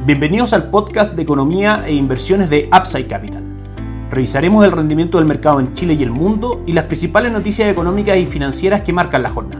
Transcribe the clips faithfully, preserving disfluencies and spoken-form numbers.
Bienvenidos al podcast de economía e inversiones de Upside Capital. Revisaremos el rendimiento del mercado en Chile y el mundo y las principales noticias económicas y financieras que marcan la jornada.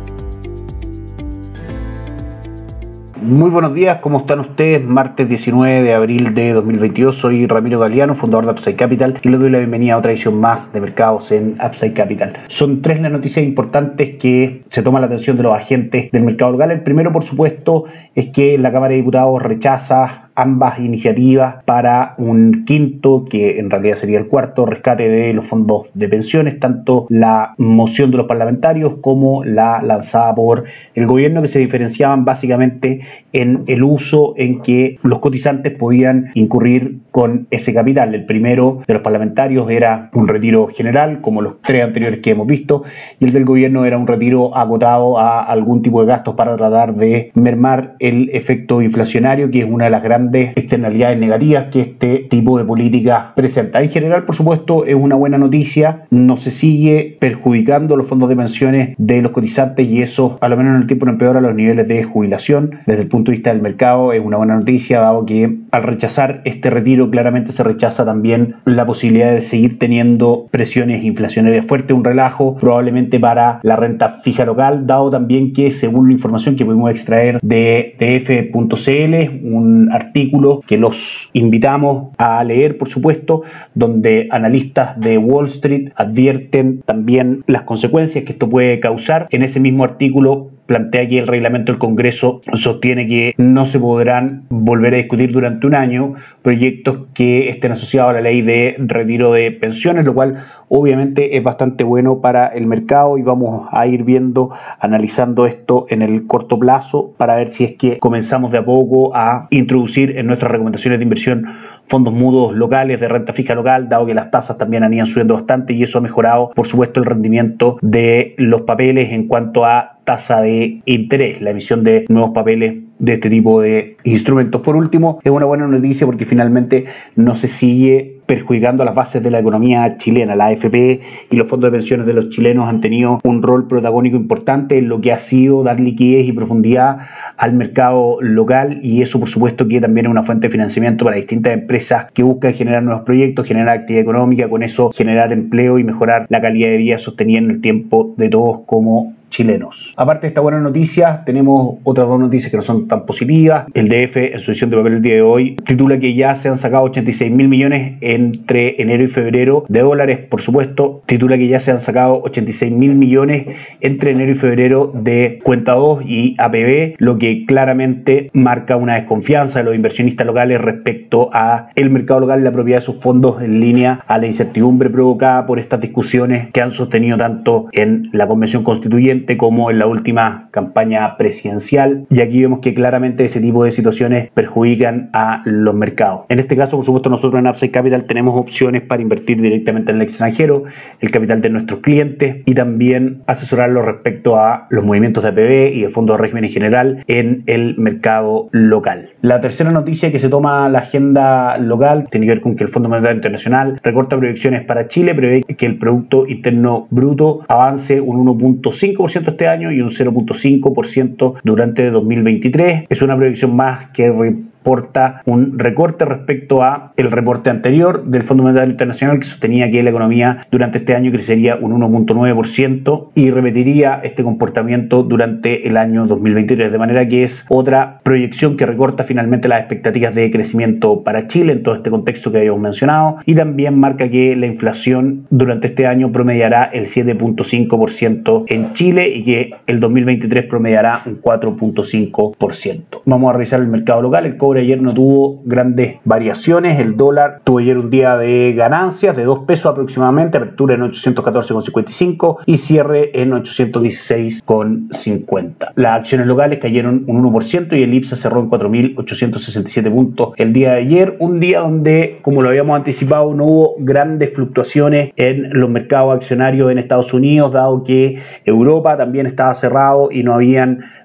Muy buenos días, ¿cómo están ustedes? Martes diecinueve de abril de dos mil veintidós, soy Ramiro Galeano, fundador de Upside Capital, y les doy la bienvenida a otra edición más de mercados en Upside Capital. Son tres las noticias importantes que se toma la atención de los agentes del mercado local. El primero, por supuesto, es que la Cámara de Diputados rechaza ambas iniciativas para un quinto, que en realidad sería el cuarto, rescate de los fondos de pensiones, tanto la moción de los parlamentarios como la lanzada por el gobierno, que se diferenciaban básicamente en el uso en que los cotizantes podían incurrir con ese capital. El primero de los parlamentarios era un retiro general, como los tres anteriores que hemos visto, y el del gobierno era un retiro acotado a algún tipo de gastos para tratar de mermar el efecto inflacionario, que es una de las grandes externalidades negativas que este tipo de política presenta. En general, por supuesto, es una buena noticia. No se sigue perjudicando los fondos de pensiones de los cotizantes, y eso, a lo menos en el tiempo, no empeora los niveles de jubilación. Desde el punto de vista del mercado, es una buena noticia, dado que al rechazar este retiro, claramente se rechaza también la posibilidad de seguir teniendo presiones inflacionarias fuertes, un relajo probablemente para la renta fija local, dado también que, según la información que pudimos extraer de D F punto C L, un artículo que los invitamos a leer, por supuesto, donde analistas de Wall Street advierten también las consecuencias que esto puede causar. En ese mismo artículo plantea que el reglamento del Congreso sostiene que no se podrán volver a discutir durante un año proyectos que estén asociados a la ley de retiro de pensiones, lo cual obviamente es bastante bueno para el mercado, y vamos a ir viendo, analizando esto en el corto plazo para ver si es que comenzamos de a poco a introducir en nuestras recomendaciones de inversión fondos mutuos locales de renta fija local, dado que las tasas también han ido subiendo bastante, y eso ha mejorado, por supuesto, el rendimiento de los papeles en cuanto a tasa de interés, la emisión de nuevos papeles de este tipo de instrumentos. Por último, es una buena noticia porque finalmente no se sigue perjudicando las bases de la economía chilena. La A F P y los fondos de pensiones de los chilenos han tenido un rol protagónico importante en lo que ha sido dar liquidez y profundidad al mercado local, y eso, por supuesto, que también es una fuente de financiamiento para distintas empresas que buscan generar nuevos proyectos, generar actividad económica, con eso generar empleo y mejorar la calidad de vida sostenida en el tiempo de todos como chilenos. Aparte de esta buena noticia, tenemos otras dos noticias que no son tan positivas. El D F, en su edición de papel el día de hoy, titula que ya se han sacado ochenta y seis mil millones entre enero y febrero de dólares. Por supuesto, titula que ya se han sacado ochenta y seis mil millones entre enero y febrero de Cuenta dos y A P B, lo que claramente marca una desconfianza de los inversionistas locales respecto a el mercado local y la propiedad de sus fondos, en línea a la incertidumbre provocada por estas discusiones que han sostenido tanto en la Convención Constituyente como en la última campaña presidencial, y aquí vemos que claramente ese tipo de situaciones perjudican a los mercados. En este caso, por supuesto, nosotros en Upside Capital tenemos opciones para invertir directamente en el extranjero, el capital de nuestros clientes, y también asesorarlos respecto a los movimientos de A P B y de fondos de régimen en general en el mercado local. La tercera noticia que se toma la agenda local tiene que ver con que el Fondo Monetario Internacional recorta proyecciones para Chile, prevé que el Producto Interno Bruto avance un uno punto cinco por ciento este año y un cero punto cinco por ciento durante dos mil veintitrés. Es una proyección más que reporta un recorte respecto a el reporte anterior del Fondo Monetario Internacional, que sostenía que la economía durante este año crecería un uno punto nueve por ciento y repetiría este comportamiento durante el año dos mil veintitrés, de manera que es otra proyección que recorta finalmente las expectativas de crecimiento para Chile en todo este contexto que habíamos mencionado, y también marca que la inflación durante este año promediará el siete punto cinco por ciento en Chile y que el dos mil veintitrés promediará un cuatro punto cinco por ciento. Vamos a revisar el mercado local. El cobre ayer no tuvo grandes variaciones. El dólar tuvo ayer un día de ganancias de dos pesos aproximadamente, apertura en ochocientos catorce con cincuenta y cinco y cierre en ochocientos dieciséis con cincuenta. Las acciones locales cayeron un uno por ciento y el I P S A cerró en cuatro mil ochocientos sesenta y siete puntos el día de ayer, un día donde, como lo habíamos anticipado, no hubo grandes fluctuaciones en los mercados accionarios en Estados Unidos, dado que Europa también estaba cerrado y no habían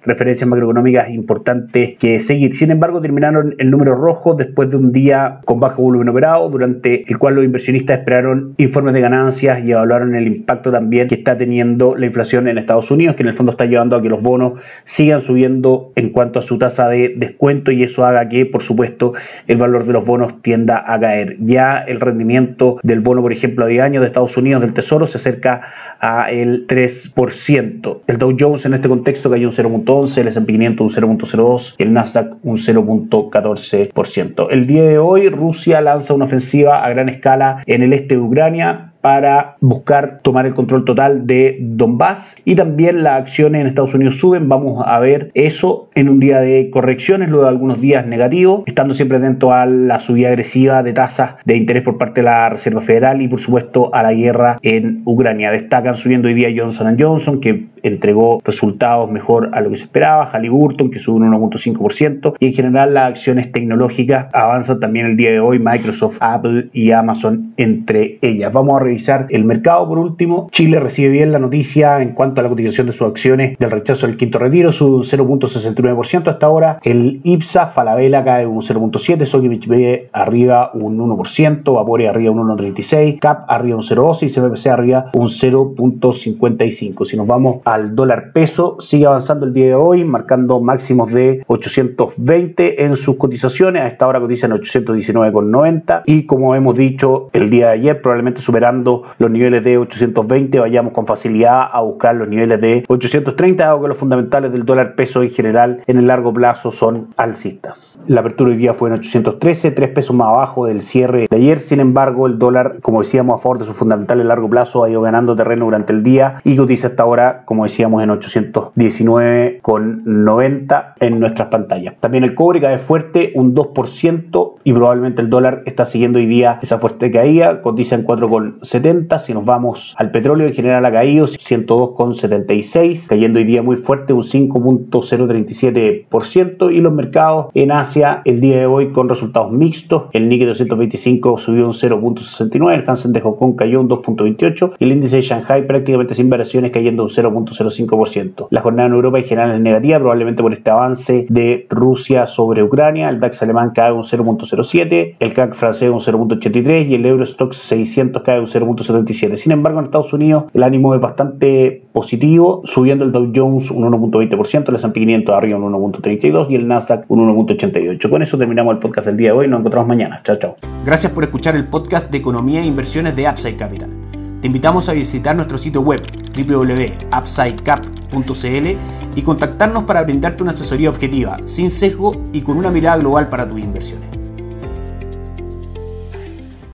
referencias macroeconómicas importantes que seguir. Sin embargo, terminaron en números rojos después de un día con bajo volumen operado, durante el cual los inversionistas esperaron informes de ganancias y evaluaron el impacto también que está teniendo la inflación en Estados Unidos, que en el fondo está llevando a que los bonos sigan subiendo en cuanto a su tasa de descuento, y eso haga que, por supuesto, el valor de los bonos tienda a caer. Ya el rendimiento del bono, por ejemplo, a diez años de Estados Unidos del Tesoro se acerca a el tres por ciento. El Dow Jones en este contexto cayó un cero punto once, el ese and pe quinientos un cero punto cero dos, el Nasdaq un cero punto catorce por ciento. El día de hoy Rusia lanza una ofensiva a gran escala en el este de Ucrania para buscar tomar el control total de Donbass, y también las acciones en Estados Unidos suben. Vamos a ver eso en un día de correcciones, luego de algunos días negativos, estando siempre atento a la subida agresiva de tasas de interés por parte de la Reserva Federal y por supuesto a la guerra en Ucrania. Destacan subiendo hoy día Johnson and Johnson, que entregó resultados mejor a lo que se esperaba, Halliburton, que sube un uno punto cinco por ciento, y en general las acciones tecnológicas avanzan también el día de hoy, Microsoft, Apple y Amazon entre ellas. Vamos a revisar el mercado por último. Chile recibe bien la noticia en cuanto a la cotización de sus acciones del rechazo del quinto retiro, sube un cero punto sesenta y nueve por ciento hasta ahora. El IPSA, Falabella cae un cero punto siete por ciento, Sokimich B arriba un uno por ciento, Vapore arriba un uno punto treinta y seis por ciento, C A P arriba un cero punto doce por ciento y C P P C arriba un cero punto cincuenta y cinco por ciento. Si nos vamos al dólar peso, sigue avanzando el día de hoy, marcando máximos de ochocientos veinte en sus cotizaciones. A esta hora cotizan ochocientos diecinueve con noventa, y como hemos dicho el día de ayer, probablemente superando los niveles de ochocientos veinte, vayamos con facilidad a buscar los niveles de ochocientos treinta, dado que los fundamentales del dólar peso en general en el largo plazo son alcistas. La apertura hoy día fue en ochocientos trece, tres pesos más abajo del cierre de ayer. Sin embargo, el dólar, como decíamos, a favor de sus fundamentales a largo plazo, ha ido ganando terreno durante el día y cotiza hasta ahora, como decíamos, en ochocientos diecinueve con noventa en nuestras pantallas. También el cobre cae fuerte, un dos por ciento, y probablemente el dólar está siguiendo hoy día esa fuerte caída, cotiza en cuatro con setenta. Si nos vamos al petróleo, en general ha caído ciento dos con setenta y seis, cayendo hoy día muy fuerte un cinco punto cero treinta y siete por ciento, y los mercados en Asia el día de hoy con resultados mixtos. El Nikkei doscientos veinticinco subió un cero punto sesenta y nueve, el Hansen de Hong Kong cayó un dos punto veintiocho y el índice de Shanghai prácticamente sin variaciones, cayendo un cero punto cero cinco por ciento. La jornada en Europa en general es negativa, probablemente por este avance de Rusia sobre Ucrania. El DAX alemán cae un cero punto cero siete, el C A C francés un cero punto ochenta y tres y el Eurostoxx seiscientos cae un cero punto setenta y siete. Sin embargo, en Estados Unidos el ánimo es bastante positivo, subiendo el Dow Jones un uno punto veinte por ciento, el ese and pe quinientos arriba un uno punto treinta y dos y el Nasdaq un uno punto ochenta y ocho. Con eso terminamos el podcast del día de hoy. Nos encontramos mañana. Chao, chao. Gracias por escuchar el podcast de Economía e Inversiones de Upside Capital. Te invitamos a visitar nuestro sitio web doble u doble u doble u punto upside cap punto c l y contactarnos para brindarte una asesoría objetiva, sin sesgo y con una mirada global para tus inversiones.